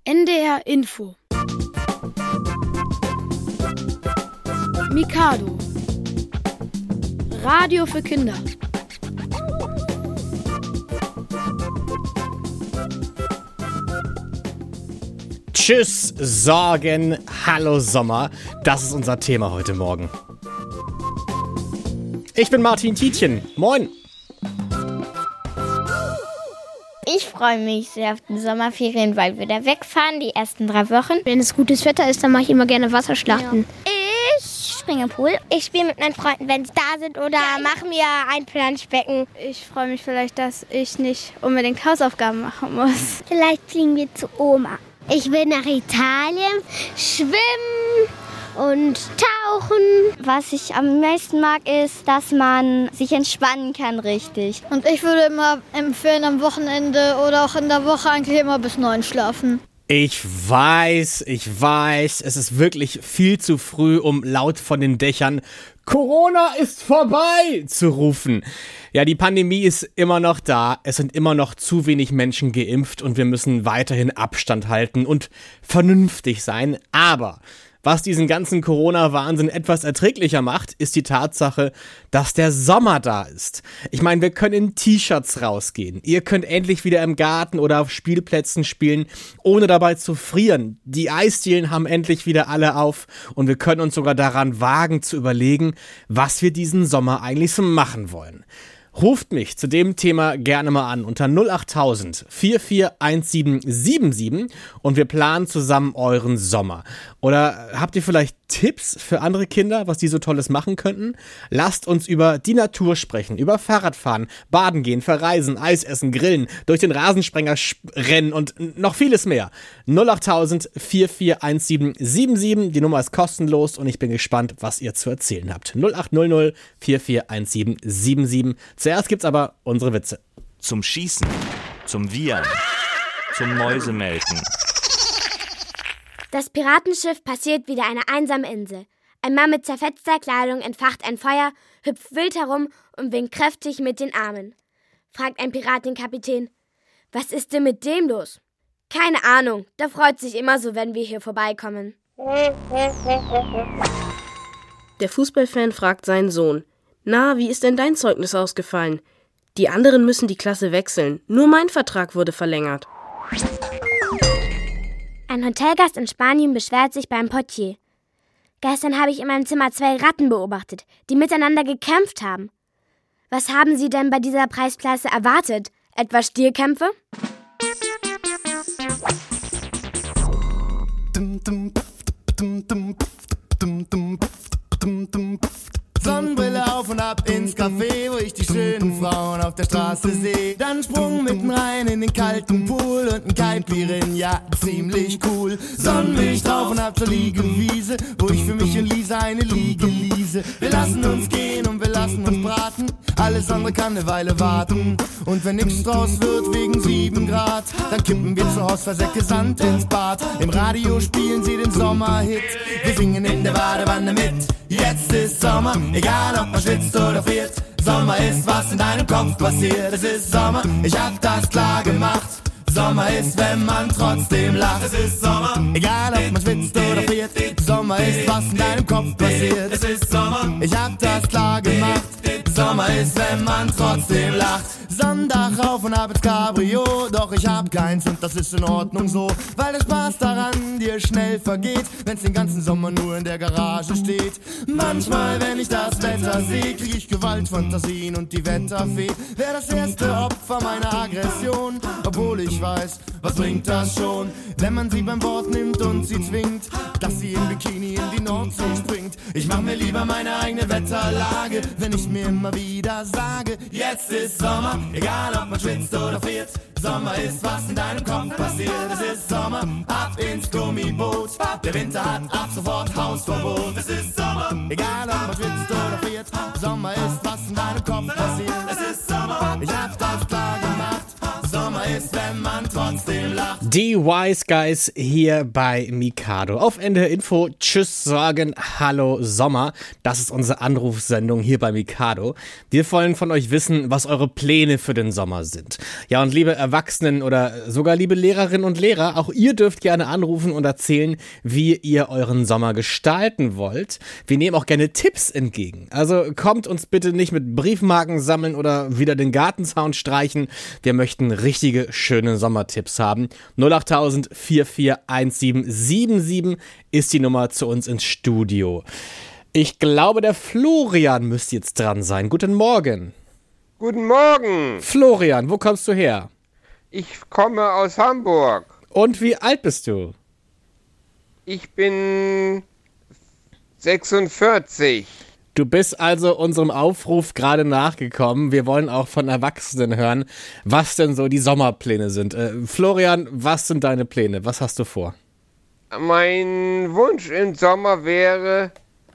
NDR Info. Mikado. Radio für Kinder. Tschüss, Sorgen, hallo Sommer. Das ist unser Thema heute Morgen. Ich bin Martin Tietjen. Moin. Ich freue mich sehr auf die Sommerferien, weil wir da wegfahren, die ersten 3 Wochen. Wenn es gutes Wetter ist, dann mache ich immer gerne Wasserschlachten. Ja. Ich springe Pool. Ich spiele mit meinen Freunden, wenn sie da sind, oder mache mir ein Planschbecken. Ich freue mich vielleicht, dass ich nicht unbedingt Hausaufgaben machen muss. Vielleicht fliegen wir zu Oma. Ich will nach Italien schwimmen und tauchen. Was ich am meisten mag, ist, dass man sich entspannen kann richtig. Und ich würde immer empfehlen, am Wochenende oder auch in der Woche eigentlich immer bis 9 schlafen. Ich weiß, es ist wirklich viel zu früh, um laut von den Dächern Corona ist vorbei zu rufen. Ja, die Pandemie ist immer noch da, es sind immer noch zu wenig Menschen geimpft und wir müssen weiterhin Abstand halten und vernünftig sein, aber was diesen ganzen Corona-Wahnsinn etwas erträglicher macht, ist die Tatsache, dass der Sommer da ist. Ich meine, wir können in T-Shirts rausgehen. Ihr könnt endlich wieder im Garten oder auf Spielplätzen spielen, ohne dabei zu frieren. Die Eisdielen haben endlich wieder alle auf und wir können uns sogar daran wagen zu überlegen, was wir diesen Sommer eigentlich so machen wollen. Ruft mich zu dem Thema gerne mal an unter 08000 441777 und wir planen zusammen euren Sommer. Oder habt ihr vielleicht Tipps für andere Kinder, was die so Tolles machen könnten? Lasst uns über die Natur sprechen, über Fahrradfahren, Baden gehen, verreisen, Eis essen, grillen, durch den Rasensprenger rennen und noch vieles mehr. 08000 441777, die Nummer ist kostenlos und ich bin gespannt, was ihr zu erzählen habt. 0800 441777. Zuerst gibt's aber unsere Witze. Zum Schießen, zum Wiehern, zum Mäusemelken. Das Piratenschiff passiert wieder eine einsame Insel. Ein Mann mit zerfetzter Kleidung entfacht ein Feuer, hüpft wild herum und winkt kräftig mit den Armen. Fragt ein Pirat den Kapitän: Was ist denn mit dem los? Keine Ahnung, der freut sich immer so, wenn wir hier vorbeikommen. Der Fußballfan fragt seinen Sohn: Na, wie ist denn dein Zeugnis ausgefallen? Die anderen müssen die Klasse wechseln. Nur mein Vertrag wurde verlängert. Ein Hotelgast in Spanien beschwert sich beim Portier. Gestern habe ich in meinem Zimmer 2 Ratten beobachtet, die miteinander gekämpft haben. Was haben Sie denn bei dieser Preisklasse erwartet? Etwa Stierkämpfe? Sonnenbrille auf und ab ins Café, wo ich die schönen Frauen auf der Straße sehe. Dann Sprung mitten rein in den kalten Pool und ein Caipirin, ja, ziemlich cool. Sonnenmilch drauf und ab zur Liegewiese, wo ich für mich und Lisa eine Liege liese. Wir lassen uns gehen und wir lassen uns braten, alles andere kann eine Weile warten. Und wenn nix draus wird wegen 7 Grad, dann kippen wir zu Hause Versäcke Sand ins Bad. Im Radio spielen sie den Sommerhit, wir singen in der Badewanne mit. Jetzt ist Sommer, egal ob man schwitzt oder friert. Sommer ist, was in deinem Kopf passiert. Es ist Sommer, ich hab das klar gemacht. Sommer ist, wenn man trotzdem lacht. Es ist Sommer, egal ob man schwitzt oder friert. Sommer ist, was in deinem Kopf passiert. Es ist Sommer, ich hab das klar gemacht. Sommer ist, wenn man trotzdem lacht. Sonntag rauf und ab ins Cabrio, doch ich hab keins und das ist in Ordnung so, weil der Spaß daran dir schnell vergeht, wenn's den ganzen Sommer nur in der Garage steht. Manchmal, wenn ich das Wetter seh, krieg ich Gewaltfantasien und die Wetterfee wär das erste Opfer meiner Aggression, obwohl ich weiß, was bringt das schon, wenn man sie beim Wort nimmt und sie zwingt, dass sie im Bikini in die Nordsee springt. Ich mach mir lieber meine eigene Wetterlage, wenn ich mir immer wieder sage, jetzt ist Sommer, egal ob man schwitzt oder friert. Sommer ist, was in deinem Kopf passiert. Es ist Sommer, ab ins Gummiboot. Der Winter hat ab sofort Hausverbot. Es ist Sommer, egal ob man schwitzt oder friert. Sommer ist, was in deinem Kopf passiert. Es ist Sommer, ich hab das klar gemacht. Sommer ist, wenn man trotzdem lacht. Die Wise Guys hier bei Mikado. Auf Ende Info, tschüss sagen, hallo Sommer. Das ist unsere Anrufsendung hier bei Mikado. Wir wollen von euch wissen, was eure Pläne für den Sommer sind. Ja, und liebe Erwachsenen oder sogar liebe Lehrerinnen und Lehrer, auch ihr dürft gerne anrufen und erzählen, wie ihr euren Sommer gestalten wollt. Wir nehmen auch gerne Tipps entgegen. Also kommt uns bitte nicht mit Briefmarken sammeln oder wieder den Gartenzaun streichen. Wir möchten richtige, schöne Sommertipps haben. 08000 441777 ist die Nummer zu uns ins Studio. Ich glaube, der Florian müsste jetzt dran sein. Guten Morgen. Guten Morgen. Florian, wo kommst du her? Ich komme aus Hamburg. Und wie alt bist du? Ich bin 46. Du bist also unserem Aufruf gerade nachgekommen. Wir wollen auch von Erwachsenen hören, was denn so die Sommerpläne sind. Florian, was sind deine Pläne? Was hast du vor? Mein Wunsch im Sommer wäre,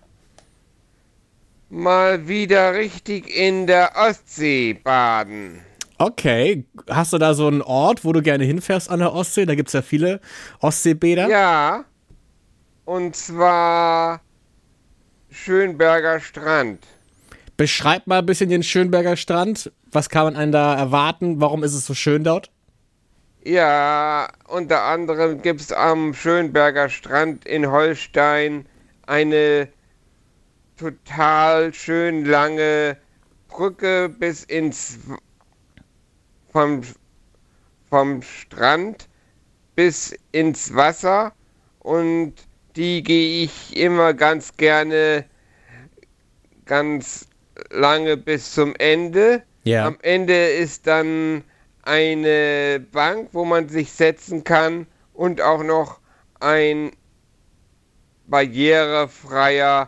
mal wieder richtig in der Ostsee baden. Okay, hast du da so einen Ort, wo du gerne hinfährst an der Ostsee? Da gibt es ja viele Ostseebäder. Ja, und zwar Schönberger Strand. Beschreib mal ein bisschen den Schönberger Strand. Was kann man einen da erwarten? Warum ist es so schön dort? Ja, unter anderem gibt es am Schönberger Strand in Holstein eine total schön lange Brücke bis ins vom Strand bis ins Wasser, und die gehe ich immer ganz gerne ganz lange bis zum Ende. Ja. Am Ende ist dann eine Bank, wo man sich setzen kann, und auch noch ein barrierefreier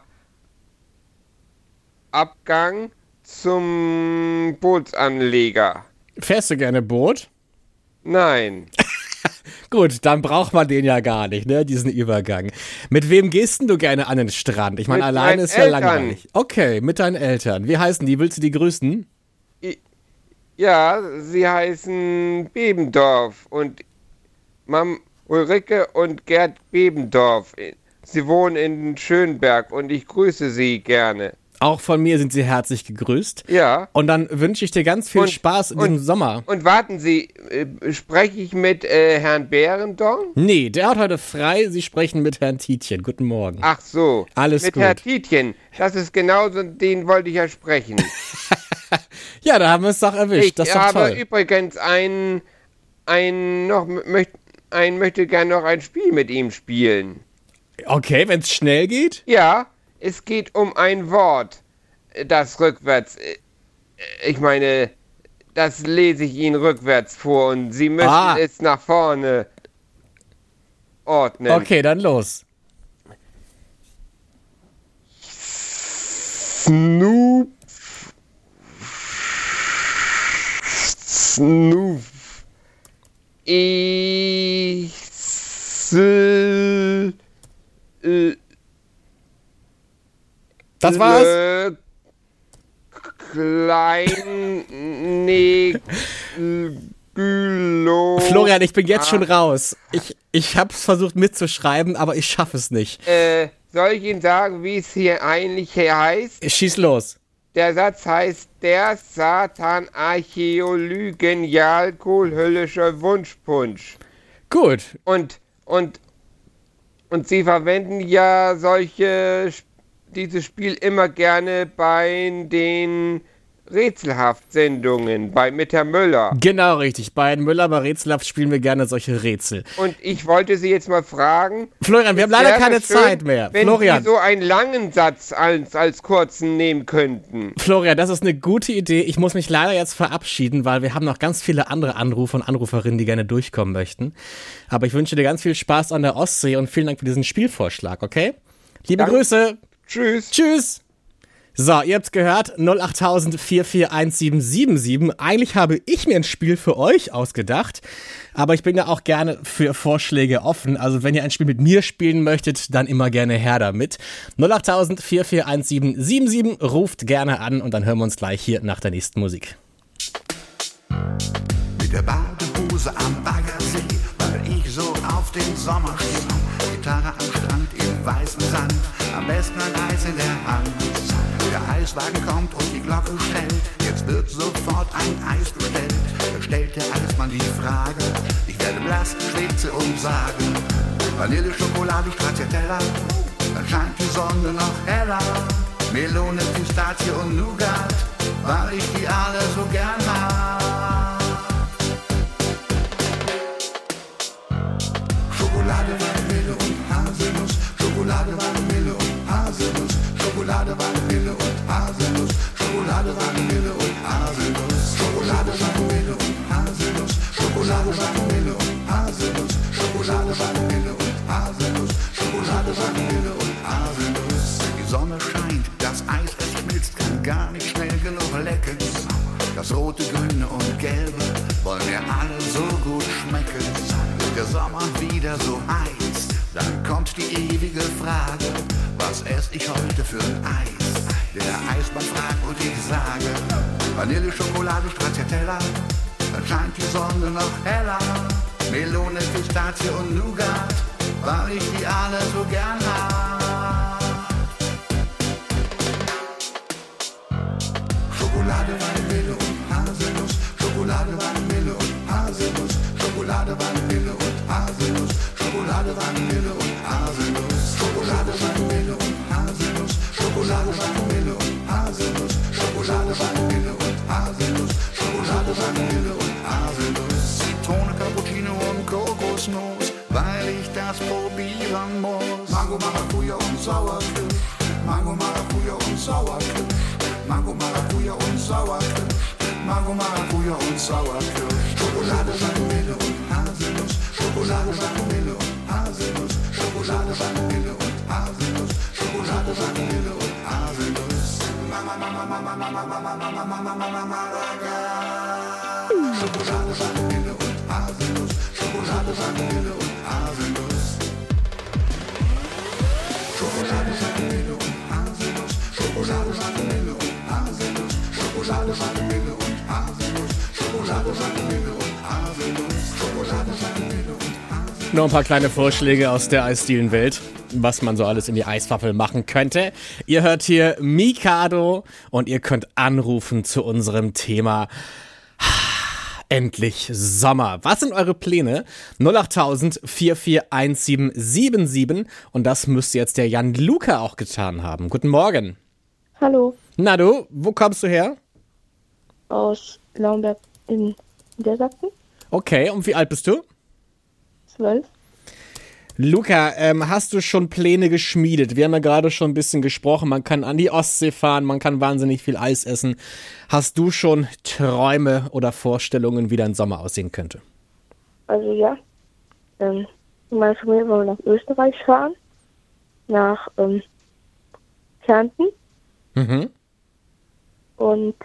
Abgang zum Bootsanleger. Fährst du gerne Boot? Nein. Gut, dann braucht man den ja gar nicht, ne, diesen Übergang. Mit wem gehst denn du gerne an den Strand? Ich meine, alleine ist ja langweilig. Okay, mit deinen Eltern. Wie heißen die? Willst du die grüßen? Ja, sie heißen Bebendorf und Ulrike und Gerd Bebendorf. Sie wohnen in Schönberg und ich grüße sie gerne. Auch von mir sind Sie herzlich gegrüßt. Ja. Und dann wünsche ich dir ganz viel Spaß in diesem Sommer. Und warten Sie, spreche ich mit Herrn Behrendorf? Nee, der hat heute frei. Sie sprechen mit Herrn Tietjen. Guten Morgen. Ach so. Alles mit gut. Herrn Tietjen. Das ist genauso, den wollte ich ja sprechen. Ja, da haben wir es doch erwischt. Das ist doch toll. Ich habe übrigens möchte gerne noch ein Spiel mit ihm spielen. Okay, wenn es schnell geht? Ja. Es geht um ein Wort, das rückwärts, ich meine, das lese ich Ihnen rückwärts vor und Sie müssen es nach vorne ordnen. Okay, dann los. Snoop. Das war's. Florian, ich bin jetzt schon raus. Ich hab's versucht mitzuschreiben, aber ich schaffe es nicht. Soll ich Ihnen sagen, wie es hier eigentlich heißt? Schieß los. Der Satz heißt, der Satan archäolygenial-kohlhöllischer Wunschpunsch. Gut. Und Sie verwenden ja dieses Spiel immer gerne bei den Rätselhaft-Sendungen mit Herrn Müller. Genau, richtig. Bei Herrn Müller bei Rätselhaft spielen wir gerne solche Rätsel. Und ich wollte Sie jetzt mal fragen... Florian, wir haben leider keine Zeit mehr. Wenn Florian, Sie so einen langen Satz als kurzen nehmen könnten. Florian, das ist eine gute Idee. Ich muss mich leider jetzt verabschieden, weil wir haben noch ganz viele andere Anrufer und Anruferinnen, die gerne durchkommen möchten. Aber ich wünsche dir ganz viel Spaß an der Ostsee und vielen Dank für diesen Spielvorschlag, okay? Liebe Grüße. Tschüss. Tschüss. So, ihr habt's gehört, 08000 441777. Eigentlich habe ich mir ein Spiel für euch ausgedacht, aber ich bin ja auch gerne für Vorschläge offen. Also wenn ihr ein Spiel mit mir spielen möchtet, dann immer gerne her damit. 08000 441777, ruft gerne an und dann hören wir uns gleich hier nach der nächsten Musik. Mit der Badehose Hause am Baggersee, weil ich so auf den Sommer stehe. Gitarre am Strand im weißen Sand, am besten ein Eis in der Hand. Der Eiswagen kommt und die Glocke schellt, jetzt wird sofort ein Eis bestellt. Da stellt der Eismann die Frage, ich werde blass, schwitze und sage: Vanille, Schokolade, Stracciatella, dann scheint die Sonne noch heller. Melone, Pistazie und Nougat, weil ich die alle so gern hab. Schokolade, Vanille und Haselnuss, Schokolade, Vanille und Haselnuss, Schokolade, Vanille und Haselnuss, Schokolade, Vanille und Haselnuss, Schokolade, Vanille und Haselnuss, Schokolade, Vanille und Haselnuss, Schokolade, Vanille und Haselnuss, Schokolade, Vanille und Haselnuss. Die Sonne scheint, das Eis, es schmilzt, kann gar nicht schnell genug lecken. Das Rote, Grüne und Gelbe wollen mir alle so gut schmecken. Der Sommer wieder so heiß, dann kommt die ewige Frage: Was ess ich heute für ein Eis? Der Eismann fragt und ich sage: Vanille, Schokolade, Stracciatella, dann scheint die Sonne noch heller. Melone, Pistazie und Nougat, weil ich die alle so gern hab. Schokolade, Vanille und Haselnuss, Schokolade, Vanille und Haselnuss, Schokolade, Vanille und Haselnuss, Schokolade, Vanille und Haselnuss, Schokolade, Vanille und Haselnuss, Schokolade, Vanille und Haselnuss, Schokolade, Vanille und Haselnuss, Schokolade, Vanille und Haselnuss, Zitrone, Cappuccino und Kokosnuss, weil ich das probieren muss. Mango, Maracuja und Sauerkirsch, Mango, Maracuja und Sauerkirsch, Mango, Maracuja und Sauerkirsch, Mango, Maracuja und Sauerkirsch, Schokolade, Vanille und Haselnuss, Schokolade, Vanille und Haselnuss, Schokolade, Vanille und Haselnuss, Schokolade, Vanille und Haselnuss. Mama, Mama, Mama, Mama, Mama, Mama, Mama, Mama, Malaga. Schokolade, Vanille und Haselnuss, Schokolade, Vanille und Haselnuss. Schokolade, Vanille und Haselnuss, Schokolade, Vanille und Haselnuss, Schokolade, Vanille und Haselnuss, Schokolade, Vanille und Haselnuss, Schokolade, Vanille und Haselnuss. Noch ein paar kleine Vorschläge aus der Eisdielenwelt, was man so alles in die Eiswaffel machen könnte. Ihr hört hier Mikado und ihr könnt anrufen zu unserem Thema Endlich Sommer. Was sind eure Pläne? 08000 441777 und das müsste jetzt der Jan Luca auch getan haben. Guten Morgen. Hallo. Na du, wo kommst du her? Aus Laumberg in Niedersachsen. Okay, und wie alt bist du? 12. Luca, hast du schon Pläne geschmiedet? Wir haben ja gerade schon ein bisschen gesprochen, man kann an die Ostsee fahren, man kann wahnsinnig viel Eis essen. Hast du schon Träume oder Vorstellungen, wie dein Sommer aussehen könnte? Also ja, meine Familie wollen nach Österreich fahren, nach Kärnten. Mhm. Und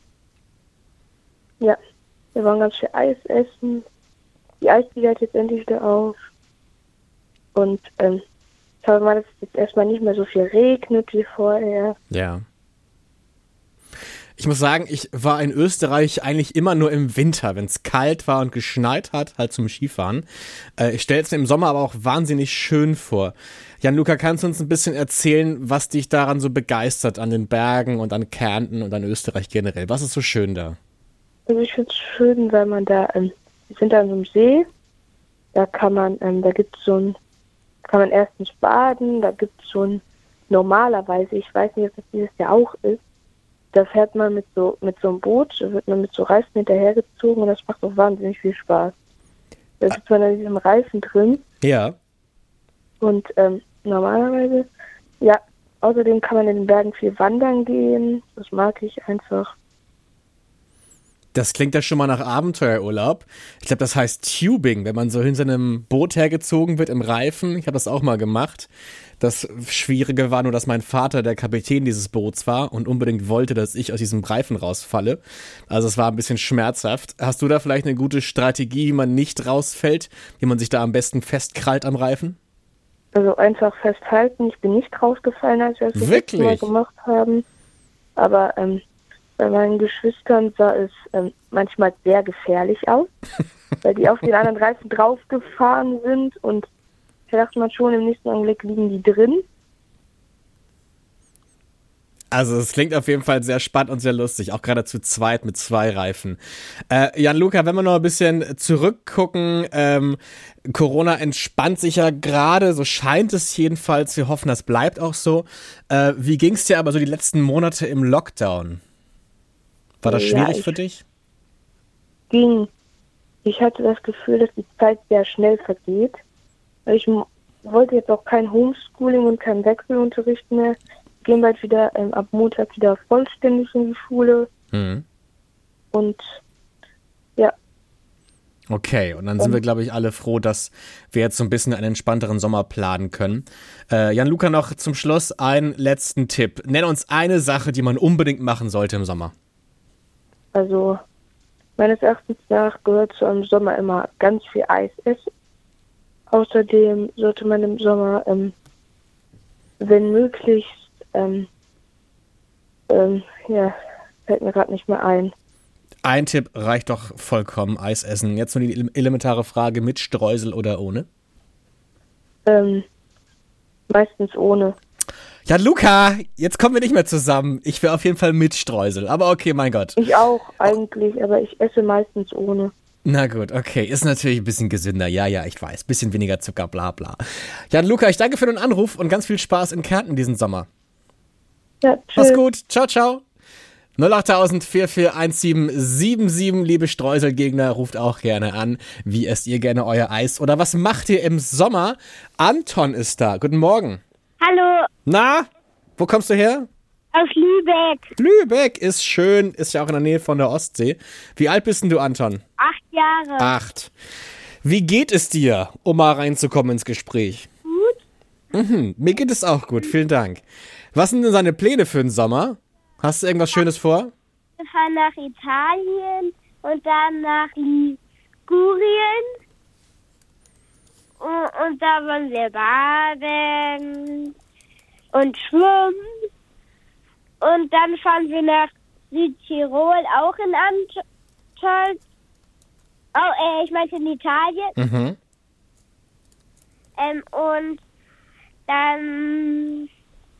ja, wir wollen ganz viel Eis essen. Die Eisdiele hat jetzt endlich wieder auf. Und ich habe mal, dass es jetzt erstmal nicht mehr so viel regnet wie vorher. Ja. Ich muss sagen, ich war in Österreich eigentlich immer nur im Winter, wenn es kalt war und geschneit hat, halt zum Skifahren. Ich stelle es mir im Sommer aber auch wahnsinnig schön vor. Jan-Luca, kannst du uns ein bisschen erzählen, was dich daran so begeistert, an den Bergen und an Kärnten und an Österreich generell? Was ist so schön da? Also ich finde es schön, weil man da, wir sind da an so einem See, da kann man, kann man erstens baden, da gibt es so ein, normalerweise, ich weiß nicht, ob das dieses Jahr auch ist, da fährt man mit so einem Boot, da wird man mit so Reifen hinterhergezogen und das macht auch wahnsinnig viel Spaß. Da sitzt man in diesem Reifen drin. Ja. Und normalerweise, ja, außerdem kann man in den Bergen viel wandern gehen, das mag ich einfach. Das klingt ja schon mal nach Abenteuerurlaub. Ich glaube, das heißt Tubing, wenn man so hinter einem Boot hergezogen wird im Reifen. Ich habe das auch mal gemacht. Das Schwierige war nur, dass mein Vater der Kapitän dieses Boots war und unbedingt wollte, dass ich aus diesem Reifen rausfalle. Also es war ein bisschen schmerzhaft. Hast du da vielleicht eine gute Strategie, wie man nicht rausfällt? Wie man sich da am besten festkrallt am Reifen? Also einfach festhalten. Ich bin nicht rausgefallen, als wir das letzte Mal Wirklich? gemacht haben. Aber Bei meinen Geschwistern sah es manchmal sehr gefährlich aus, weil die auf den anderen Reifen draufgefahren sind und da dachte man schon, im nächsten Augenblick liegen die drin. Also es klingt auf jeden Fall sehr spannend und sehr lustig, auch gerade zu zweit mit 2 Reifen. Gianluca, wenn wir noch ein bisschen zurückgucken, Corona entspannt sich ja gerade, so scheint es jedenfalls, wir hoffen, das bleibt auch so. Wie ging es dir aber so die letzten Monate im Lockdown? War das schwierig für dich? Ich hatte das Gefühl, dass die Zeit sehr schnell vergeht. Ich wollte jetzt auch kein Homeschooling und keinen Wechselunterricht mehr. Gehen bald wieder ab Montag wieder vollständig in die Schule. Und ja. Okay, und dann sind wir, glaube ich, alle froh, dass wir jetzt so ein bisschen einen entspannteren Sommer planen können. Gianluca, noch zum Schluss einen letzten Tipp. Nenn uns eine Sache, die man unbedingt machen sollte im Sommer. Also meines Erachtens nach gehört zu einem Sommer immer ganz viel Eis essen. Außerdem sollte man im Sommer, wenn möglich, fällt mir gerade nicht mehr ein. Ein Tipp reicht doch vollkommen, Eis essen. Jetzt nur die elementare Frage, mit Streusel oder ohne? Meistens ohne. Ja, Luca, jetzt kommen wir nicht mehr zusammen. Ich wäre auf jeden Fall mit Streusel, aber okay, mein Gott. Ich auch eigentlich, aber ich esse meistens ohne. Na gut, okay, ist natürlich ein bisschen gesünder. Ja, ich weiß, bisschen weniger Zucker, bla bla. Ja, Luca, ich danke für den Anruf und ganz viel Spaß in Kärnten diesen Sommer. Ja, tschüss. Mach's gut, ciao, ciao. 08000 441777, liebe Streuselgegner, ruft auch gerne an. Wie esst ihr gerne euer Eis oder was macht ihr im Sommer? Anton ist da, guten Morgen. Hallo. Na, wo kommst du her? Aus Lübeck. Lübeck ist schön, ist ja auch in der Nähe von der Ostsee. Wie alt bist denn du, Anton? 8 Jahre. 8. Wie geht es dir, um mal reinzukommen ins Gespräch? Gut. Mir geht es auch gut, vielen Dank. Was sind denn deine Pläne für den Sommer? Hast du irgendwas Schönes vor? Wir fahren nach Italien und dann nach Ligurien. Und da wollen wir baden und schwimmen. Und dann fahren wir nach Südtirol, auch in Antal. Ich meinte in Italien. Und dann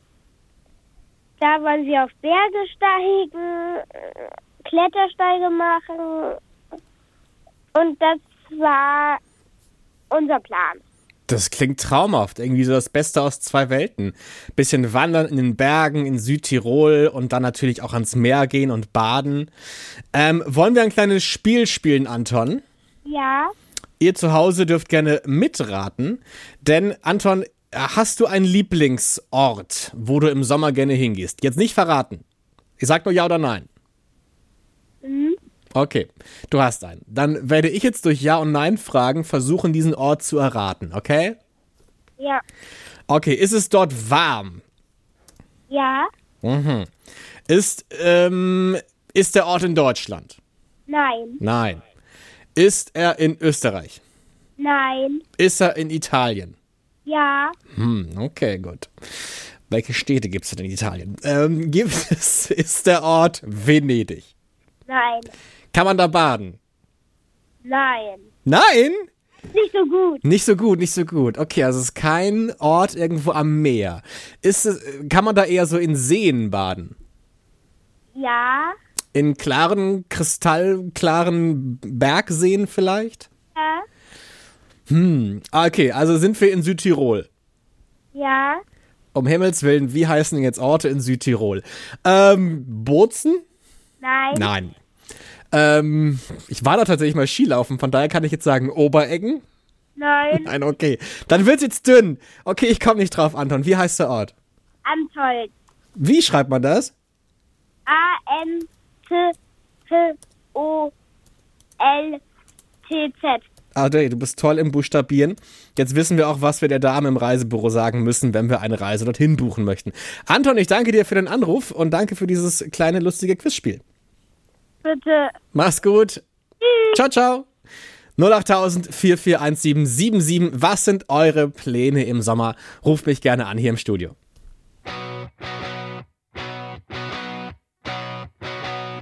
da wollen wir auf Berge steigen, Klettersteige machen. Und das war unser Plan. Das klingt traumhaft. Irgendwie so das Beste aus 2 Welten. Bisschen wandern in den Bergen in Südtirol und dann natürlich auch ans Meer gehen und baden. Wollen wir ein kleines Spiel spielen, Anton? Ja. Ihr zu Hause dürft gerne mitraten. Denn, Anton, hast du einen Lieblingsort, wo du im Sommer gerne hingehst? Jetzt nicht verraten. Ich sag nur ja oder nein. Okay, du hast einen. Dann werde ich jetzt durch Ja und Nein Fragen versuchen, diesen Ort zu erraten, okay? Ja. Okay, ist es dort warm? Ja. Ist der Ort in Deutschland? Nein. Nein. Ist er in Österreich? Nein. Ist er in Italien? Ja. Okay, gut. Welche Städte gibt es denn in Italien? Ist der Ort Venedig? Nein. Kann man da baden? Nein. Nein? Nicht so gut. Nicht so gut. Okay, also es ist kein Ort irgendwo am Meer. Kann man da eher so in Seen baden? Ja. In kristallklaren Bergseen vielleicht? Ja. Okay, also sind wir in Südtirol. Ja. Um Himmels Willen, wie heißen denn jetzt Orte in Südtirol? Bozen? Nein. Ich war da tatsächlich mal Skilaufen, von daher kann ich jetzt sagen Obereggen? Nein. Nein, okay. Dann wird's jetzt dünn. Okay, ich komme nicht drauf, Anton. Wie heißt der Ort? Antolz. Wie schreibt man das? A-N-T-O-L-T-Z. Adri, du bist toll im Buchstabieren. Jetzt wissen wir auch, was wir der Dame im Reisebüro sagen müssen, wenn wir eine Reise dorthin buchen möchten. Anton, ich danke dir für den Anruf und danke für dieses kleine, lustige Quizspiel. Bitte. Mach's gut. Ciao, ciao. 08000 441777. Was sind eure Pläne im Sommer? Ruft mich gerne an hier im Studio.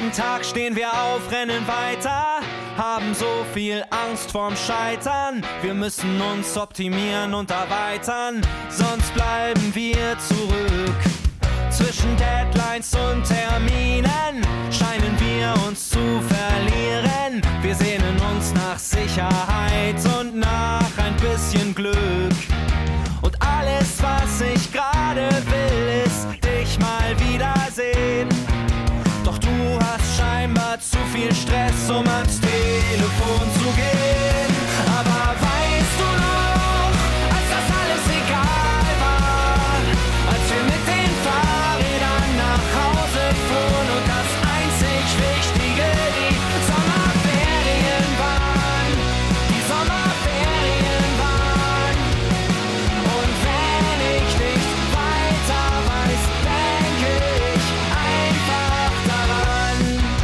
Jeden Tag stehen wir auf, rennen weiter, haben so viel Angst vorm Scheitern. Wir müssen uns optimieren und erweitern, sonst bleiben wir zurück. Zwischen Deadlines und Terminen scheinen wir uns zu verlieren. Wir sehnen uns nach Sicherheit und nach ein bisschen Glück. Und alles, was ich gerade will, ist dich mal wiedersehen. Doch du hast scheinbar zu viel Stress, um ans Telefon zu gehen. Aber weißt du noch, als das alles egal war, als wir mit den Fahrrädern nach Hause fuhren und das einzig Wichtige die Sommerferien waren, die Sommerferien waren. Und wenn ich nicht weiter weiß, denke ich einfach daran.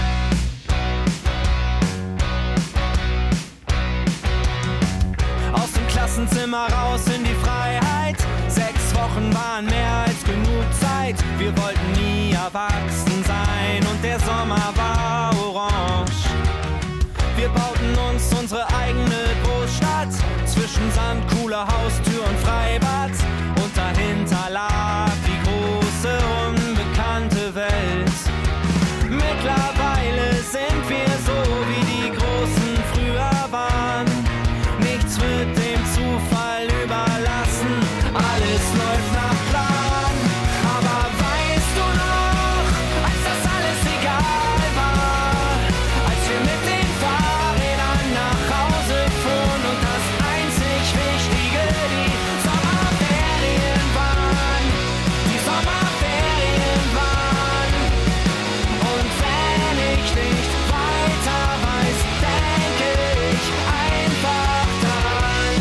Aus dem Klassenzimmer raus in die Freiheit. 6 Wochen waren mehr als genug Zeit. Wir wollten nie erwachsen sein und der Sommer war orange. Wir bauten uns unsere eigene Großstadt zwischen Sand, cooler Haustür und Freibad. Und dahinter lag die große unbekannte Welt. Mittlerweile sind wir so, wie die Großen früher waren. Nichts wird dem Zufall überlassen, alles läuft nach Plan. Aber weißt du noch, als das alles egal war, als wir mit den Fahrrädern nach Hause fuhren und das einzig Wichtige die Sommerferien waren, die Sommerferien waren. Und wenn ich nicht weiter weiß, denke ich einfach daran.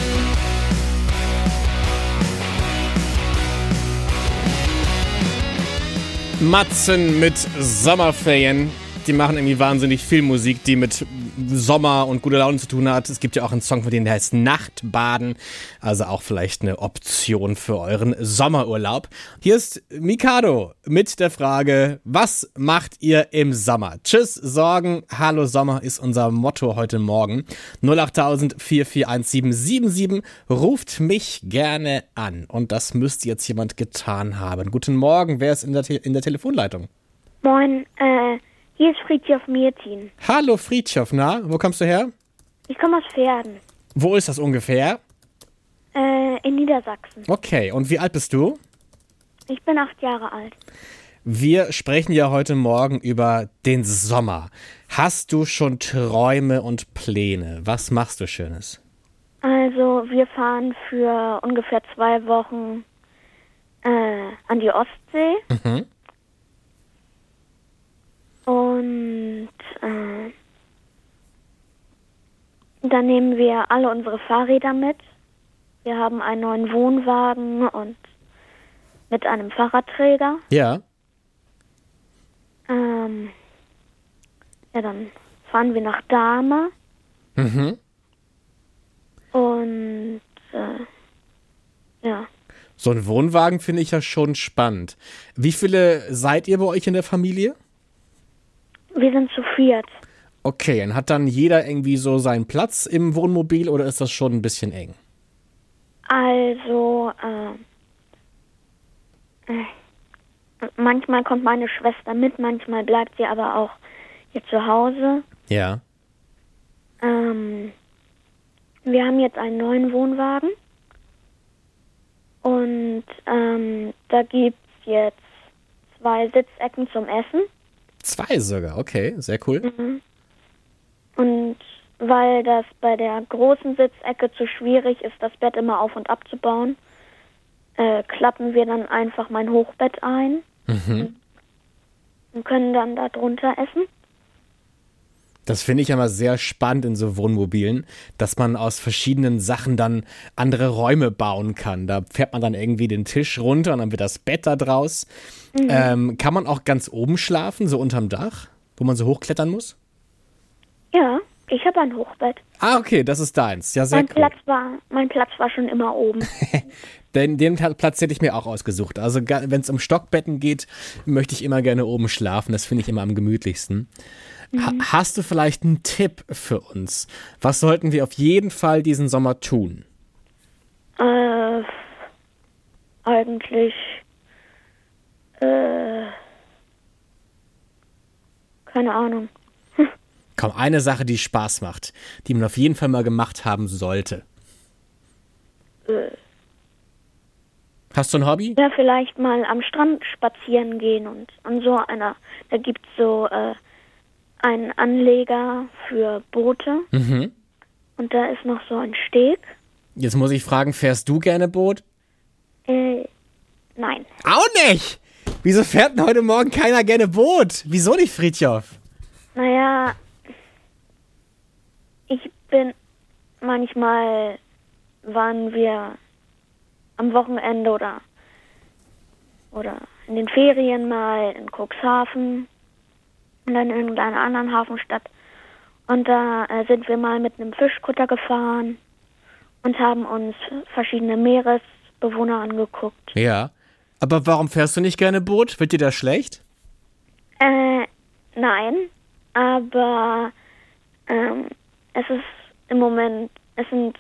Matzen mit Sommerferien. Die machen irgendwie wahnsinnig viel Musik, die mit Sommer und guter Laune zu tun hat. Es gibt ja auch einen Song von denen, der heißt Nachtbaden. Also auch vielleicht eine Option für euren Sommerurlaub. Hier ist Mikado mit der Frage, was macht ihr im Sommer? Tschüss, Sorgen, hallo Sommer ist unser Motto heute Morgen. 08000 441777. Ruft mich gerne an. Und das müsste jetzt jemand getan haben. Guten Morgen, wer ist in der Telefonleitung? Moin, hier ist Friedhof Mirtin. Hallo Friedhof, na, wo kommst du her? Ich komme aus Verden, Wo ist das ungefähr? in Niedersachsen. Okay, und wie alt bist du? Ich bin 8 Jahre alt. Wir sprechen ja heute Morgen über den Sommer. Hast du schon Träume und Pläne? Was machst du Schönes? Also, wir fahren für ungefähr 2 Wochen an die Ostsee. Mhm. Und dann nehmen wir alle unsere Fahrräder mit. Wir haben einen neuen Wohnwagen und mit einem Fahrradträger. Ja. Ja, dann fahren wir nach Dahme. Mhm. Und ja. So ein Wohnwagen finde ich ja schon spannend. Wie viele seid ihr bei euch in der Familie? Wir sind zu 4. Okay, und hat dann jeder irgendwie so seinen Platz im Wohnmobil oder ist das schon ein bisschen eng? Also, manchmal kommt meine Schwester mit, manchmal bleibt sie aber auch hier zu Hause. Ja. Wir haben jetzt einen neuen Wohnwagen und da gibt's jetzt 2 Sitzecken zum Essen. 2 sogar, okay, sehr cool. Mhm. Und weil das bei der großen Sitzecke zu schwierig ist, das Bett immer auf- und abzubauen, klappen wir dann einfach mein Hochbett ein und können dann da drunter essen. Das finde ich immer sehr spannend in so Wohnmobilen, dass man aus verschiedenen Sachen dann andere Räume bauen kann. Da fährt man dann irgendwie den Tisch runter und dann wird das Bett da draus. Kann man auch ganz oben schlafen, so unterm Dach, wo man so hochklettern muss? Ja, ich habe ein Hochbett. Ah, okay, das ist deins. Ja, sehr cool. Mein Platz war schon immer oben. Den Platz hätte ich mir auch ausgesucht. Also wenn es um Stockbetten geht, möchte ich immer gerne oben schlafen. Das finde ich immer am gemütlichsten. Hast du vielleicht einen Tipp für uns? Was sollten wir auf jeden Fall diesen Sommer tun? Eigentlich keine Ahnung. Komm, eine Sache, die Spaß macht, die man auf jeden Fall mal gemacht haben sollte. Hast du ein Hobby? Ja, vielleicht mal am Strand spazieren gehen und an so einer, da gibt's so einen Anleger für Boote und da ist noch so ein Steg. Jetzt muss ich fragen, fährst du gerne Boot? Nein. Auch nicht! Wieso fährt denn heute Morgen keiner gerne Boot? Wieso nicht, Fridtjof? Naja, manchmal waren wir am Wochenende oder in den Ferien mal in Cuxhaven und dann in irgendeiner anderen Hafenstadt. Und da sind wir mal mit einem Fischkutter gefahren und haben uns verschiedene Meeresbewohner angeguckt. Ja, aber warum fährst du nicht gerne Boot? Wird dir das schlecht? Nein, aber es ist im Moment, es sind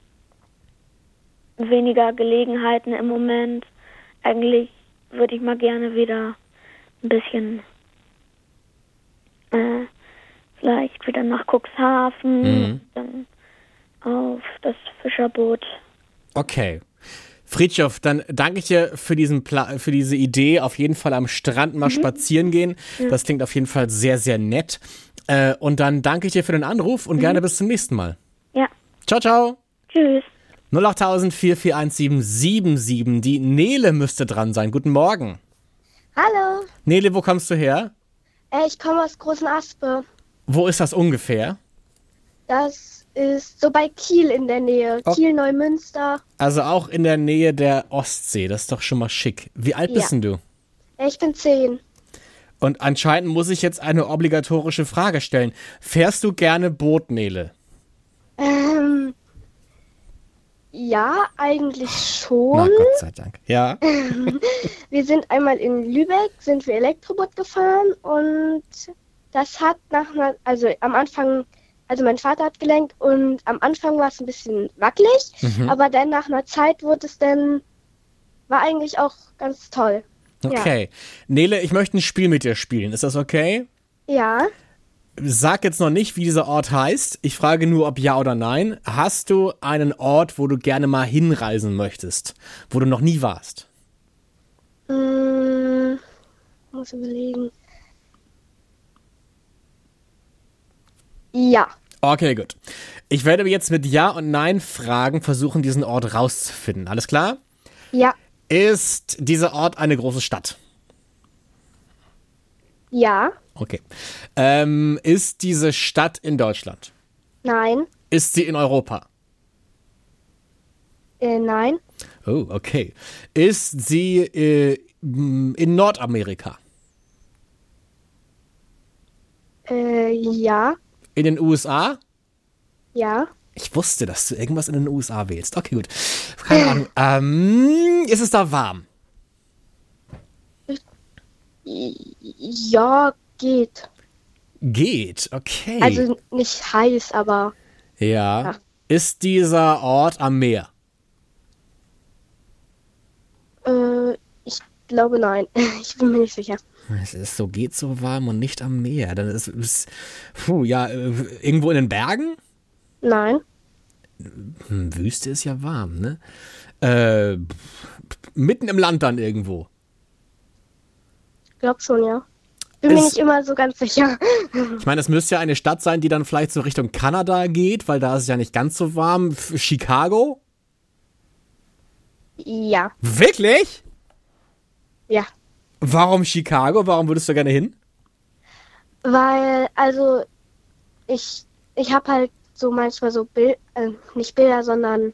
weniger Gelegenheiten im Moment. Eigentlich würde ich mal gerne wieder ein bisschen vielleicht wieder nach Cuxhaven, dann auf das Fischerboot. Okay. Fridtjof, dann danke ich dir für diese Idee, auf jeden Fall am Strand mal spazieren gehen. Ja. Das klingt auf jeden Fall sehr, sehr nett. Und dann danke ich dir für den Anruf und gerne bis zum nächsten Mal. Ja. Ciao, ciao. Tschüss. 08000 441 Die Nele müsste dran sein. Guten Morgen. Hallo. Nele, wo kommst du her? Ich komme aus Großen Aspe. Wo ist das ungefähr? Das ist so bei Kiel in der Nähe. Kiel, Neumünster. Also auch in der Nähe der Ostsee. Das ist doch schon mal schick. Wie alt bist denn du? Ich bin 10. Und anscheinend muss ich jetzt eine obligatorische Frage stellen. Fährst du gerne Boot, Nele? Ja, eigentlich schon. Na, Gott sei Dank. Ja. Wir sind einmal in Lübeck, sind wir Elektroboot gefahren und das hat am Anfang, also mein Vater hat gelenkt und am Anfang war es ein bisschen wackelig, aber dann nach einer Zeit war eigentlich auch ganz toll. Okay. Ja. Nele, ich möchte ein Spiel mit dir spielen. Ist das okay? Ja. Sag jetzt noch nicht, wie dieser Ort heißt. Ich frage nur, ob ja oder nein. Hast du einen Ort, wo du gerne mal hinreisen möchtest? Wo du noch nie warst? Muss überlegen. Ja. Okay, gut. Ich werde jetzt mit Ja und Nein Fragen versuchen, diesen Ort rauszufinden. Alles klar? Ja. Ist dieser Ort eine große Stadt? Ja. Okay. Ist diese Stadt in Deutschland? Nein. Ist sie in Europa? Nein. Oh, okay. Ist sie in Nordamerika? Ja. In den USA? Ja. Ich wusste, dass du irgendwas in den USA wählst. Okay, gut. Keine Ahnung. Ist es da warm? Ja, geht. Geht, okay. Also nicht heiß, aber... Ja. Ist dieser Ort am Meer? Ich glaube nein. Ich bin mir nicht sicher. Es ist so, geht so warm und nicht am Meer. Dann ist es irgendwo in den Bergen? Nein. Wüste ist ja warm, ne? Mitten im Land dann irgendwo? Ich glaube schon, ja. Bin mir nicht immer so ganz sicher. Ich meine, es müsste ja eine Stadt sein, die dann vielleicht so Richtung Kanada geht, weil da ist es ja nicht ganz so warm. Chicago? Ja. Wirklich? Ja. Warum Chicago? Warum würdest du gerne hin? Weil, also, ich habe halt so manchmal so nicht Bilder, sondern,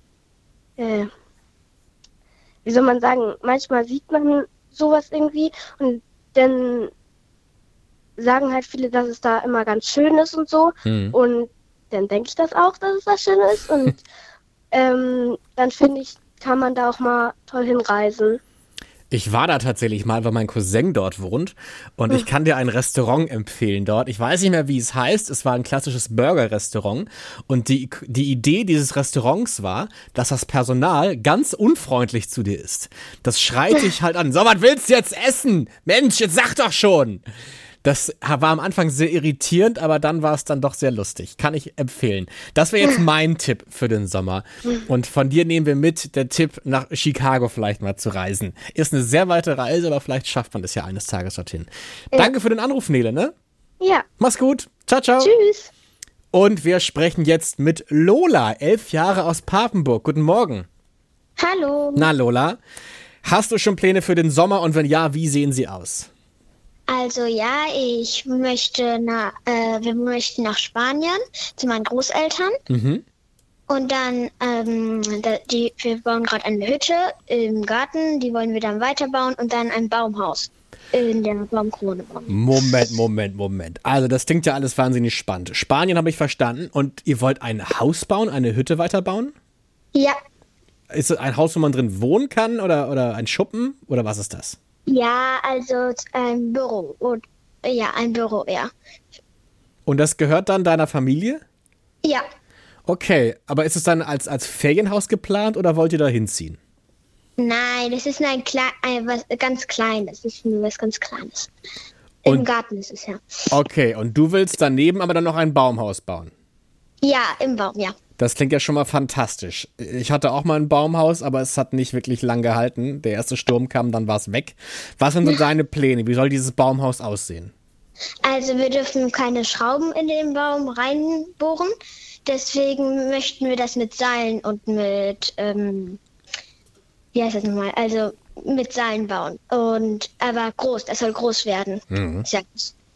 wie soll man sagen, manchmal sieht man sowas irgendwie und dann sagen halt viele, dass es da immer ganz schön ist und so. Und dann denke ich das auch, dass es da schön ist und dann finde ich kann man da auch mal toll hinreisen. Ich war da tatsächlich mal, weil mein Cousin dort wohnt und ich kann dir ein Restaurant empfehlen dort. Ich weiß nicht mehr, wie es heißt. Es war ein klassisches Burger-Restaurant und die Idee dieses Restaurants war, dass das Personal ganz unfreundlich zu dir ist. Das schreit dich halt an. So, was willst du jetzt essen? Mensch, jetzt sag doch schon! Das war am Anfang sehr irritierend, aber dann war es dann doch sehr lustig. Kann ich empfehlen. Das wäre jetzt mein Tipp für den Sommer. Und von dir nehmen wir mit, der Tipp, nach Chicago vielleicht mal zu reisen. Ist eine sehr weite Reise, aber vielleicht schafft man das ja eines Tages dorthin. Ja. Danke für den Anruf, Nele, ne? Ja. Mach's gut. Ciao, ciao. Tschüss. Und wir sprechen jetzt mit Lola, 11 Jahre aus Papenburg. Guten Morgen. Hallo. Na, Lola, hast du schon Pläne für den Sommer und wenn ja, wie sehen sie aus? Also ja, wir möchten nach Spanien zu meinen Großeltern. Mhm. Und dann, wir bauen gerade eine Hütte im Garten, die wollen wir dann weiterbauen und dann ein Baumhaus in der Baumkrone bauen. Moment. Also das klingt ja alles wahnsinnig spannend. Spanien habe ich verstanden und ihr wollt ein Haus bauen, eine Hütte weiterbauen? Ja. Ist es ein Haus, wo man drin wohnen kann oder ein Schuppen oder was ist das? Ja, also ein Büro. Ein Büro, ja. Und das gehört dann deiner Familie? Ja. Okay, aber ist es dann als Ferienhaus geplant oder wollt ihr da hinziehen? Nein, das ist was ganz Kleines. Das ist nur was ganz Kleines. Und, im Garten ist es, ja. Okay, und du willst daneben aber dann noch ein Baumhaus bauen? Ja, im Baum, ja. Das klingt ja schon mal fantastisch. Ich hatte auch mal ein Baumhaus, aber es hat nicht wirklich lang gehalten. Der erste Sturm kam, dann war es weg. Was sind so deine Pläne? Wie soll dieses Baumhaus aussehen? Also wir dürfen keine Schrauben in den Baum reinbohren. Deswegen möchten wir das mit Seilen und mit, wie heißt das nochmal? Also mit Seilen bauen. Aber groß, das soll groß werden. Mhm. Ja.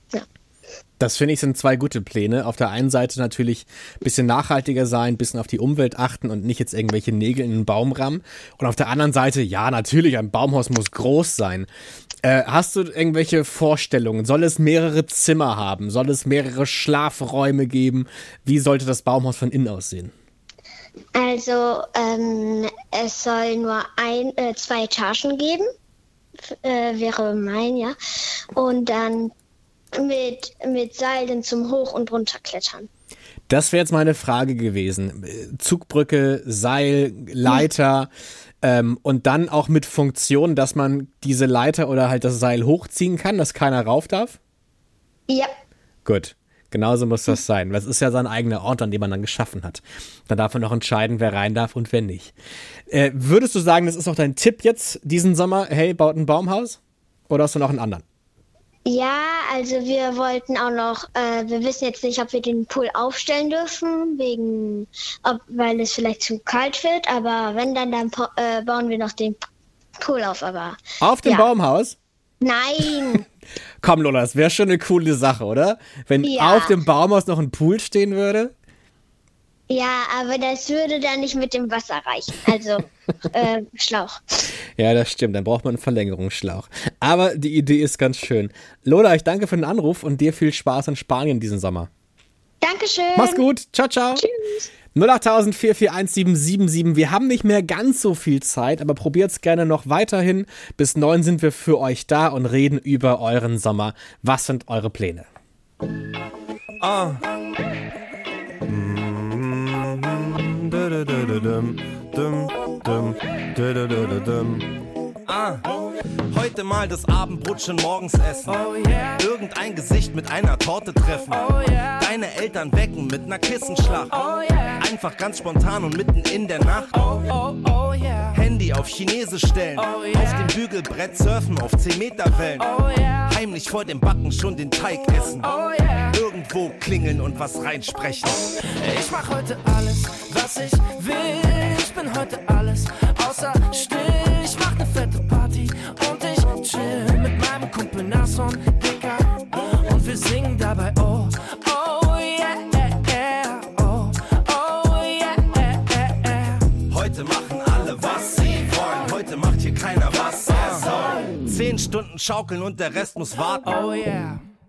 Das finde ich sind zwei gute Pläne. Auf der einen Seite natürlich ein bisschen nachhaltiger sein, ein bisschen auf die Umwelt achten und nicht jetzt irgendwelche Nägel in den Baum rammen. Und auf der anderen Seite, ja, natürlich, ein Baumhaus muss groß sein. Hast du irgendwelche Vorstellungen? Soll es mehrere Zimmer haben? Soll es mehrere Schlafräume geben? Wie sollte das Baumhaus von innen aussehen? Also, es soll nur 2 Etagen geben. Wäre mein, ja. Und dann mit Seilen zum Hoch- und Runterklettern. Das wäre jetzt meine Frage gewesen. Zugbrücke, Seil, Leiter und dann auch mit Funktion, dass man diese Leiter oder halt das Seil hochziehen kann, dass keiner rauf darf? Ja. Gut, genauso muss das sein. Das ist ja sein eigener Ort, an dem man dann geschaffen hat. Da darf man auch entscheiden, wer rein darf und wer nicht. Würdest du sagen, das ist auch dein Tipp jetzt diesen Sommer, hey, baut ein Baumhaus? Oder hast du noch einen anderen? Ja, also wir wollten auch noch, wir wissen jetzt nicht, ob wir den Pool aufstellen dürfen, weil es vielleicht zu kalt wird, aber wenn dann bauen wir noch den Pool auf, aber... Auf dem Baumhaus? Nein! Komm, Lola, das wäre schon eine coole Sache, oder? Wenn auf dem Baumhaus noch ein Pool stehen würde? Ja, aber das würde dann nicht mit dem Wasser reichen, also Schlauch. Ja, das stimmt, dann braucht man einen Verlängerungsschlauch. Aber die Idee ist ganz schön. Lola, ich danke für den Anruf und dir viel Spaß in Spanien diesen Sommer. Dankeschön. Mach's gut. Ciao, ciao. Tschüss. 08000 441 777. Wir haben nicht mehr ganz so viel Zeit, aber probiert's gerne noch weiterhin. Bis 9 sind wir für euch da und reden über euren Sommer. Was sind eure Pläne? Heute mal das Abendbrot schon morgens essen. Oh yeah. Irgendein Gesicht mit einer Torte treffen. Oh yeah. Deine Eltern wecken mit ner Kissenschlacht. Oh yeah. Einfach ganz spontan und mitten in der Nacht. Oh yeah. Handy auf Chinesisch stellen. Oh yeah. Auf dem Bügelbrett surfen auf 10 Meter Wellen. Oh yeah. Heimlich vor dem Backen schon den Teig essen. Oh yeah. Irgendwo klingeln und was reinsprechen. Ich mach heute alles, was ich will. Ich bin heute alles außer still. Ich mach ne fette Party und ich chill mit meinem Kumpel Nasson, Dicker. Und wir singen dabei oh, oh yeah, oh, oh yeah. Heute machen alle, was sie wollen. Heute macht hier keiner, was er soll. 10 Stunden schaukeln und der Rest muss warten. Oh yeah.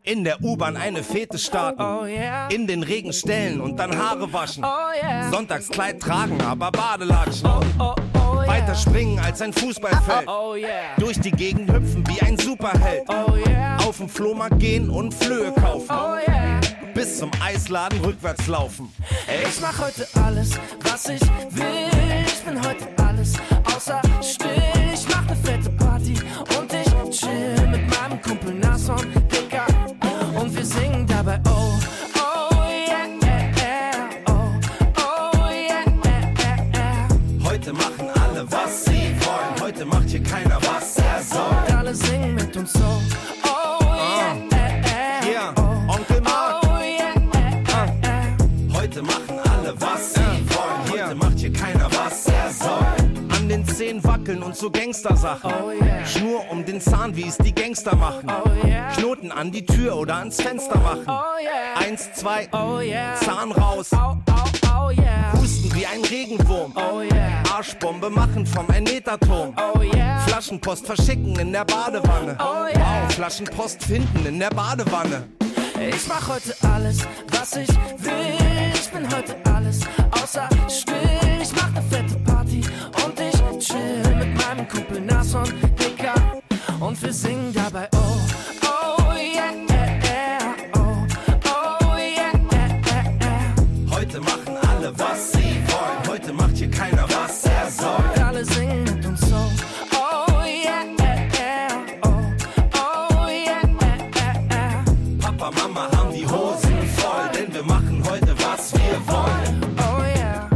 In der U-Bahn eine Fete starten. Oh yeah. In den Regen stellen und dann Haare waschen. Oh yeah. Sonntagskleid tragen, aber Badelatschen. Oh yeah. Weiter springen als ein Fußballfeld. Oh yeah. Durch die Gegend hüpfen wie ein Superheld. Oh yeah. Auf dem Flohmarkt gehen und Flöhe kaufen. Oh yeah. Bis zum Eisladen rückwärts laufen. Ich mach heute alles, was ich will. Ich bin heute alles außer still. Ich mach ne fette Party und ich chill mit meinem Kumpel Nasson, Dicker. Und wir singen dabei oh, oh yeah, oh yeah. Heute machen alle, was sie wollen. Heute macht hier keiner, was er soll. Und alle singen mit uns so oh yeah, yeah. Onkel Mark. Oh yeah, Heute machen alle, was sie wollen. Heute macht hier keiner, was er soll. An den Zähnen wackeln und so Gangstersachen. Oh yeah. Schnur um den Zahn, wie es die Gangster machen. Oh yeah. Knoten an die Tür oder ans Fenster machen. Oh yeah. 1, 2, oh yeah. Zahn raus. Oh, oh yeah. Husten wie ein Regenwurm. Oh yeah. Arschbombe machen vom 1-Meter-Turm. Oh yeah. Flaschenpost verschicken in der Badewanne. Oh yeah. Wow, Flaschenpost finden in der Badewanne. Ich mach heute alles, was ich will. Ich bin heute alles außer still. Ich mach ne fette Party und ich chill mit meinem Kumpel Nasson, Dicker. Und wir singen dabei oh, oh yeah, oh yeah. Heute machen alle, was sie wollen. Heute macht hier keiner, was er soll. Und alle singen mit uns so oh yeah, oh yeah. Papa, Mama haben die Hosen voll, denn wir machen heute, was wir wollen. Oh yeah.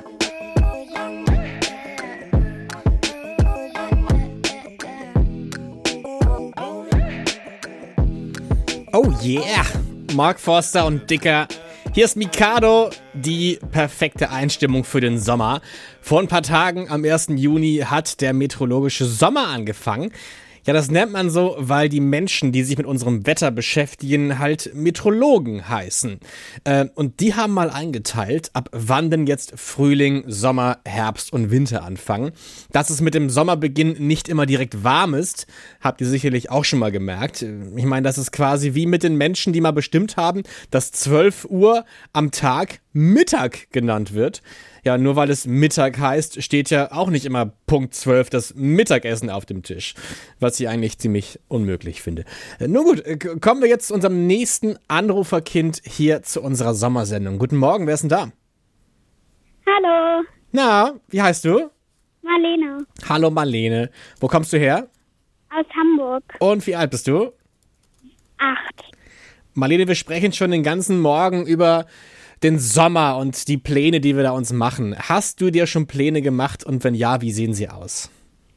Oh yeah, Mark Forster und Dicker. Hier ist Mikado, die perfekte Einstimmung für den Sommer. Vor ein paar Tagen, am 1. Juni, hat der meteorologische Sommer angefangen. Ja, das nennt man so, weil die Menschen, die sich mit unserem Wetter beschäftigen, halt Meteorologen heißen. Und die haben mal eingeteilt, ab wann denn jetzt Frühling, Sommer, Herbst und Winter anfangen. Dass es mit dem Sommerbeginn nicht immer direkt warm ist, habt ihr sicherlich auch schon mal gemerkt. Ich meine, das ist quasi wie mit den Menschen, die mal bestimmt haben, dass 12 Uhr am Tag Mittag genannt wird. Ja, nur weil es Mittag heißt, steht ja auch nicht immer Punkt 12 das Mittagessen auf dem Tisch. Was ich eigentlich ziemlich unmöglich finde. Nun gut, kommen wir jetzt zu unserem nächsten Anruferkind hier zu unserer Sommersendung. Guten Morgen, wer ist denn da? Hallo, Na, wie heißt du? Marlene Hallo Marlene. Wo kommst du her? aus Hamburg. Und wie alt bist du? 8. Marlene, wir sprechen schon den ganzen Morgen über den Sommer und die Pläne, die wir da uns machen. Hast du dir schon Pläne gemacht und wenn ja, wie sehen sie aus?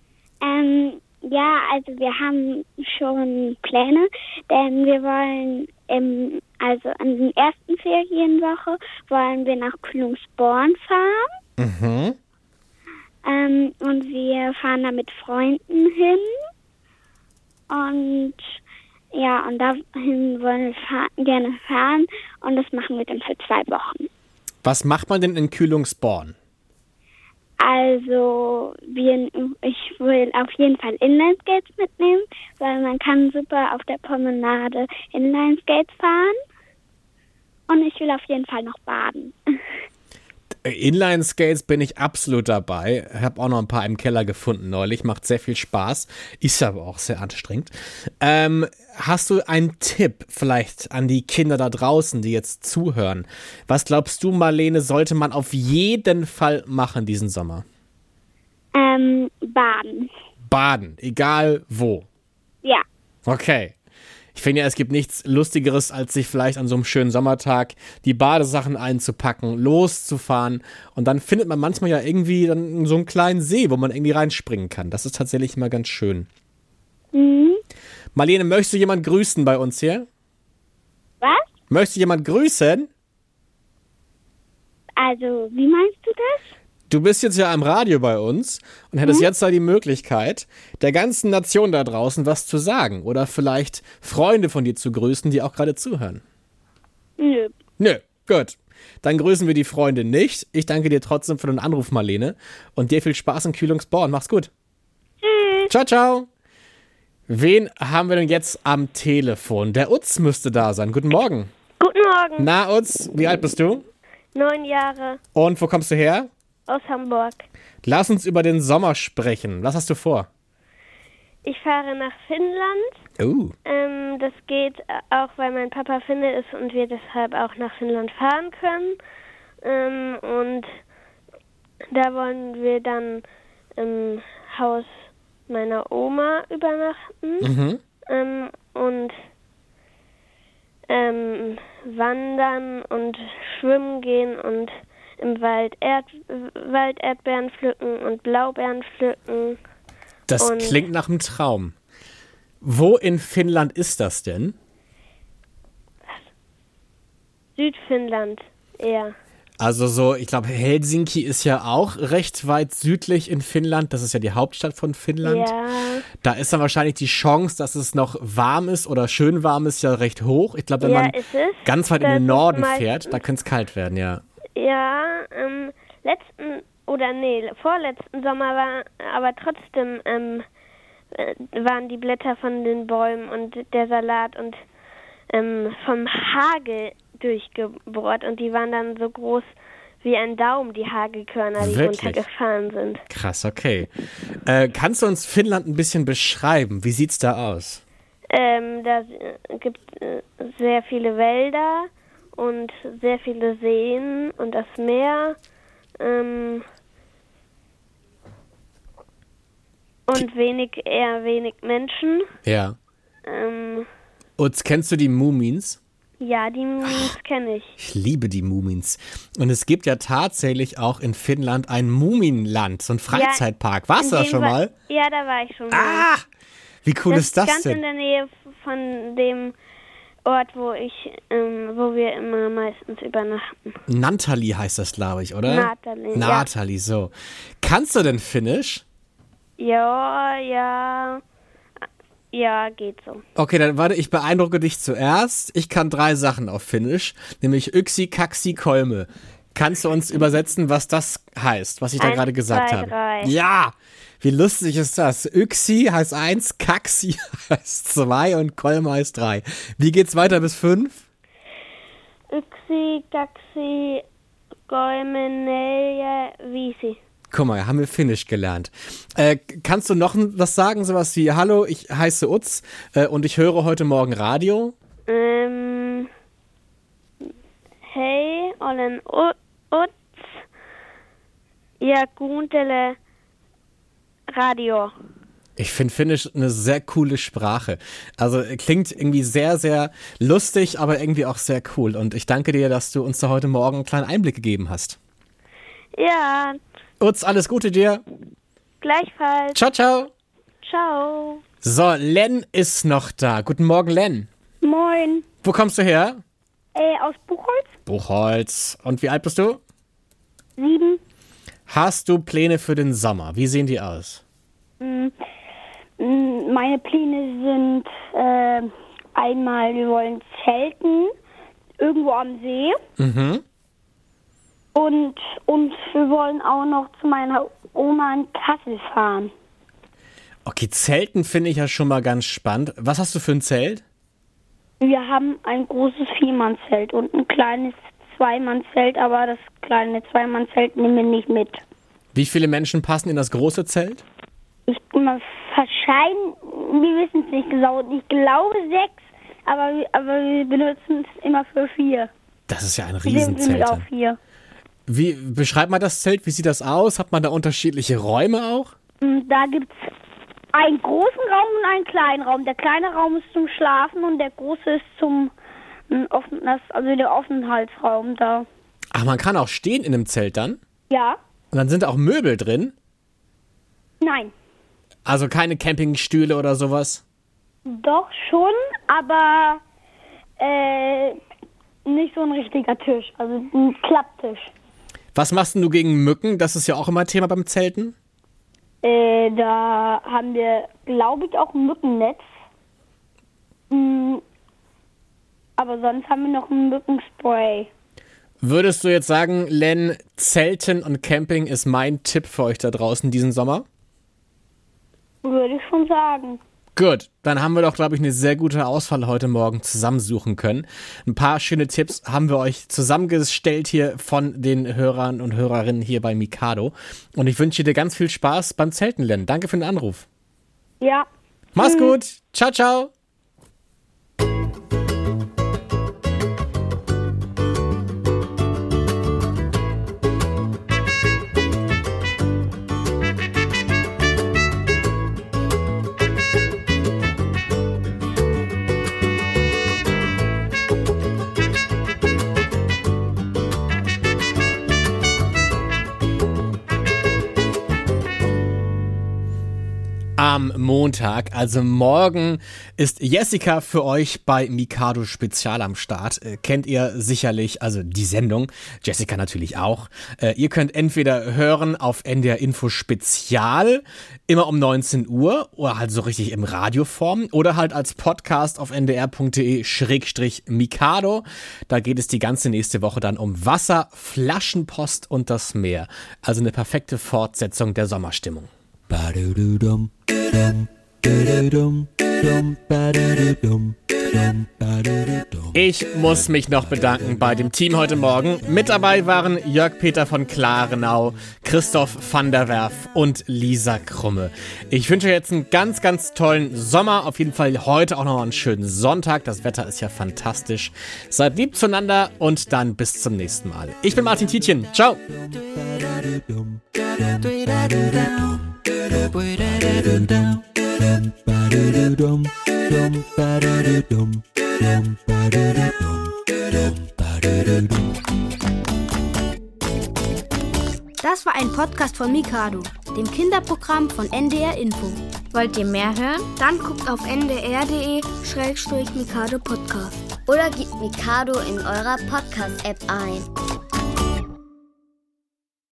Ja, also wir haben schon Pläne, denn wir wollen in der ersten Ferienwoche wollen wir nach Kühlungsborn fahren. Und wir fahren da mit Freunden hin. Und ja, und dahin wollen wir gerne fahren und das machen wir dann für 2 Wochen. Was macht man denn in Kühlungsborn? Also, ich will auf jeden Fall Inlineskates mitnehmen, weil man kann super auf der Promenade Inlineskates fahren. Und ich will auf jeden Fall noch baden. Inline-Skates bin ich absolut dabei. Habe auch noch ein paar im Keller gefunden neulich. Macht sehr viel Spaß. Ist aber auch sehr anstrengend. Hast du einen Tipp vielleicht an die Kinder da draußen, die jetzt zuhören? Was glaubst du, Marlene, sollte man auf jeden Fall machen diesen Sommer? Baden. Baden, egal wo. Ja. Okay. Ich finde ja, es gibt nichts Lustigeres, als sich vielleicht an so einem schönen Sommertag die Badesachen einzupacken, loszufahren und dann findet man manchmal ja irgendwie dann so einen kleinen See, wo man irgendwie reinspringen kann. Das ist tatsächlich immer ganz schön. Mhm. Marlene, möchtest du jemand grüßen bei uns hier? Was? Möchtest du jemand grüßen? Also, wie meinst du das? Du bist jetzt ja am Radio bei uns und hättest jetzt da die Möglichkeit, der ganzen Nation da draußen was zu sagen oder vielleicht Freunde von dir zu grüßen, die auch gerade zuhören. Nö. Nö, gut. Dann grüßen wir die Freunde nicht. Ich danke dir trotzdem für den Anruf, Marlene. Und dir viel Spaß in Kühlungsborn. Mach's gut. Tschüss. Ciao, ciao. Wen haben wir denn jetzt am Telefon? Der Utz müsste da sein. Guten Morgen. Guten Morgen. Na, Utz, wie alt bist du? 9 Jahre. Und wo kommst du her? Aus Hamburg. Lass uns über den Sommer sprechen. Was hast du vor? Ich fahre nach Finnland. Das geht auch, weil mein Papa Finne ist und wir deshalb auch nach Finnland fahren können. Und da wollen wir dann im Haus meiner Oma übernachten. Und wandern und schwimmen gehen und im Wald Erdbeeren pflücken und Blaubeeren pflücken. Das klingt nach einem Traum. Wo in Finnland ist das denn? Südfinnland eher. Also so, ich glaube, Helsinki ist ja auch recht weit südlich in Finnland. Das ist ja die Hauptstadt von Finnland. Ja. Da ist dann wahrscheinlich die Chance, dass es noch warm ist oder schön warm ist, ja recht hoch. Ich glaube, wenn man ganz weit in den Norden fährt, da könnte es kalt werden, ja. Ja, vorletzten Sommer war aber trotzdem waren die Blätter von den Bäumen und der Salat und vom Hagel durchgebohrt und die waren dann so groß wie ein Daumen, die Hagelkörner, die runtergefahren sind. Krass, okay. Kannst du uns Finnland ein bisschen beschreiben? Wie sieht's da aus? Da gibt sehr viele Wälder und sehr viele Seen und das Meer. Und eher wenig Menschen. Ja. Und kennst du die Mumins? Ja, die Mumins kenne ich. Ich liebe die Mumins. Und es gibt ja tatsächlich auch in Finnland ein Muminland, so ein Freizeitpark. Warst du da schon mal? Ja, da war ich schon mal. Ah! Wie cool ist das ganz denn? In der Nähe von dem Ort, wo wir immer meistens übernachten. Naantali heißt das, glaube ich, oder? Naantali, Naantali, so. Kannst du denn Finnisch? Ja, geht so. Okay, dann warte, ich beeindrucke dich zuerst. Ich kann 3 Sachen auf Finnisch, nämlich Yksi, Kaksi, Kolme. Kannst du uns übersetzen, was das heißt, was ich da gerade gesagt habe? 3. Ja! Wie lustig ist das? Yksi heißt 1, Kaksi heißt 2 und Kolme heißt 3. Wie geht's weiter bis 5? Yksi, Kaksi, Kolme, 4, 5. Guck mal, haben wir Finnisch gelernt. Kannst du noch was sagen, sowas wie, hallo, ich heiße Utz und ich höre heute Morgen Radio? Hei, olen Utz ja kuuntele Radio. Ich finde Finnisch eine sehr coole Sprache. Also klingt irgendwie sehr, sehr lustig, aber irgendwie auch sehr cool. Und ich danke dir, dass du uns da heute Morgen einen kleinen Einblick gegeben hast. Ja. Utz, alles Gute dir. Gleichfalls. Ciao, ciao. Ciao. So, Len ist noch da. Guten Morgen, Len. Moin. Wo kommst du her? Aus Buchholz. Buchholz. Und wie alt bist du? 7. Hast du Pläne für den Sommer? Wie sehen die aus? Meine Pläne sind einmal, wir wollen zelten, irgendwo am See. Mhm. Und wir wollen auch noch zu meiner Oma in Kassel fahren. Okay, Zelten finde ich ja schon mal ganz spannend. Was hast du für ein Zelt? Wir haben ein großes 4-Mann-Zelt und ein kleines 2-Mann-Zelt, aber das kleine 2-Mann-Zelt nehmen wir nicht mit. Wie viele Menschen passen in das große Zelt? Wir wissen es nicht genau. Ich glaube 6, aber wir benutzen es immer für 4. Das ist ja ein Riesenzelt. Wir sind auch 4. Wie beschreibt man das Zelt? Wie sieht das aus? Hat man da unterschiedliche Räume auch? Da gibt es einen großen Raum und einen kleinen Raum. Der kleine Raum ist zum Schlafen und der große ist der Aufenthaltsraum da. Ach, man kann auch stehen in einem Zelt dann? Ja. Und dann sind da auch Möbel drin? Nein. Also keine Campingstühle oder sowas? Doch schon, aber nicht so ein richtiger Tisch, also ein Klapptisch. Was machst denn du gegen Mücken? Das ist ja auch immer Thema beim Zelten. Da haben wir, glaube ich, auch ein Mückennetz. Aber sonst haben wir noch ein Mückenspray. Würdest du jetzt sagen, Len, Zelten und Camping ist mein Tipp für euch da draußen diesen Sommer? Würde ich schon sagen. Gut, dann haben wir doch, glaube ich, eine sehr gute Auswahl heute Morgen zusammensuchen können. Ein paar schöne Tipps haben wir euch zusammengestellt hier von den Hörern und Hörerinnen hier bei Mikado. Und ich wünsche dir ganz viel Spaß beim Zeltenlernen. Danke für den Anruf. Ja. Mach's gut. Ciao, ciao. Am Montag, also morgen, ist Jessica für euch bei Mikado Spezial am Start. Kennt ihr sicherlich, also die Sendung, Jessica natürlich auch. Ihr könnt entweder hören auf NDR Info Spezial, immer um 19 Uhr, oder halt so richtig im Radioform, oder halt als Podcast auf ndr.de/Mikado. Da geht es die ganze nächste Woche dann um Wasser, Flaschenpost und das Meer. Also eine perfekte Fortsetzung der Sommerstimmung. Ich muss mich noch bedanken bei dem Team heute Morgen. Mit dabei waren Jörg-Peter von Klarenau, Christoph van der Werf und Lisa Krumme. Ich wünsche euch jetzt einen ganz, ganz tollen Sommer. Auf jeden Fall heute auch noch einen schönen Sonntag. Das Wetter ist ja fantastisch. Seid lieb zueinander und dann bis zum nächsten Mal. Ich bin Martin Tietjen. Ciao. Das war ein Podcast von Mikado, dem Kinderprogramm von NDR Info. Wollt ihr mehr hören? Dann guckt auf ndr.de/Mikado Podcast. Oder gebt Mikado in eurer Podcast-App ein.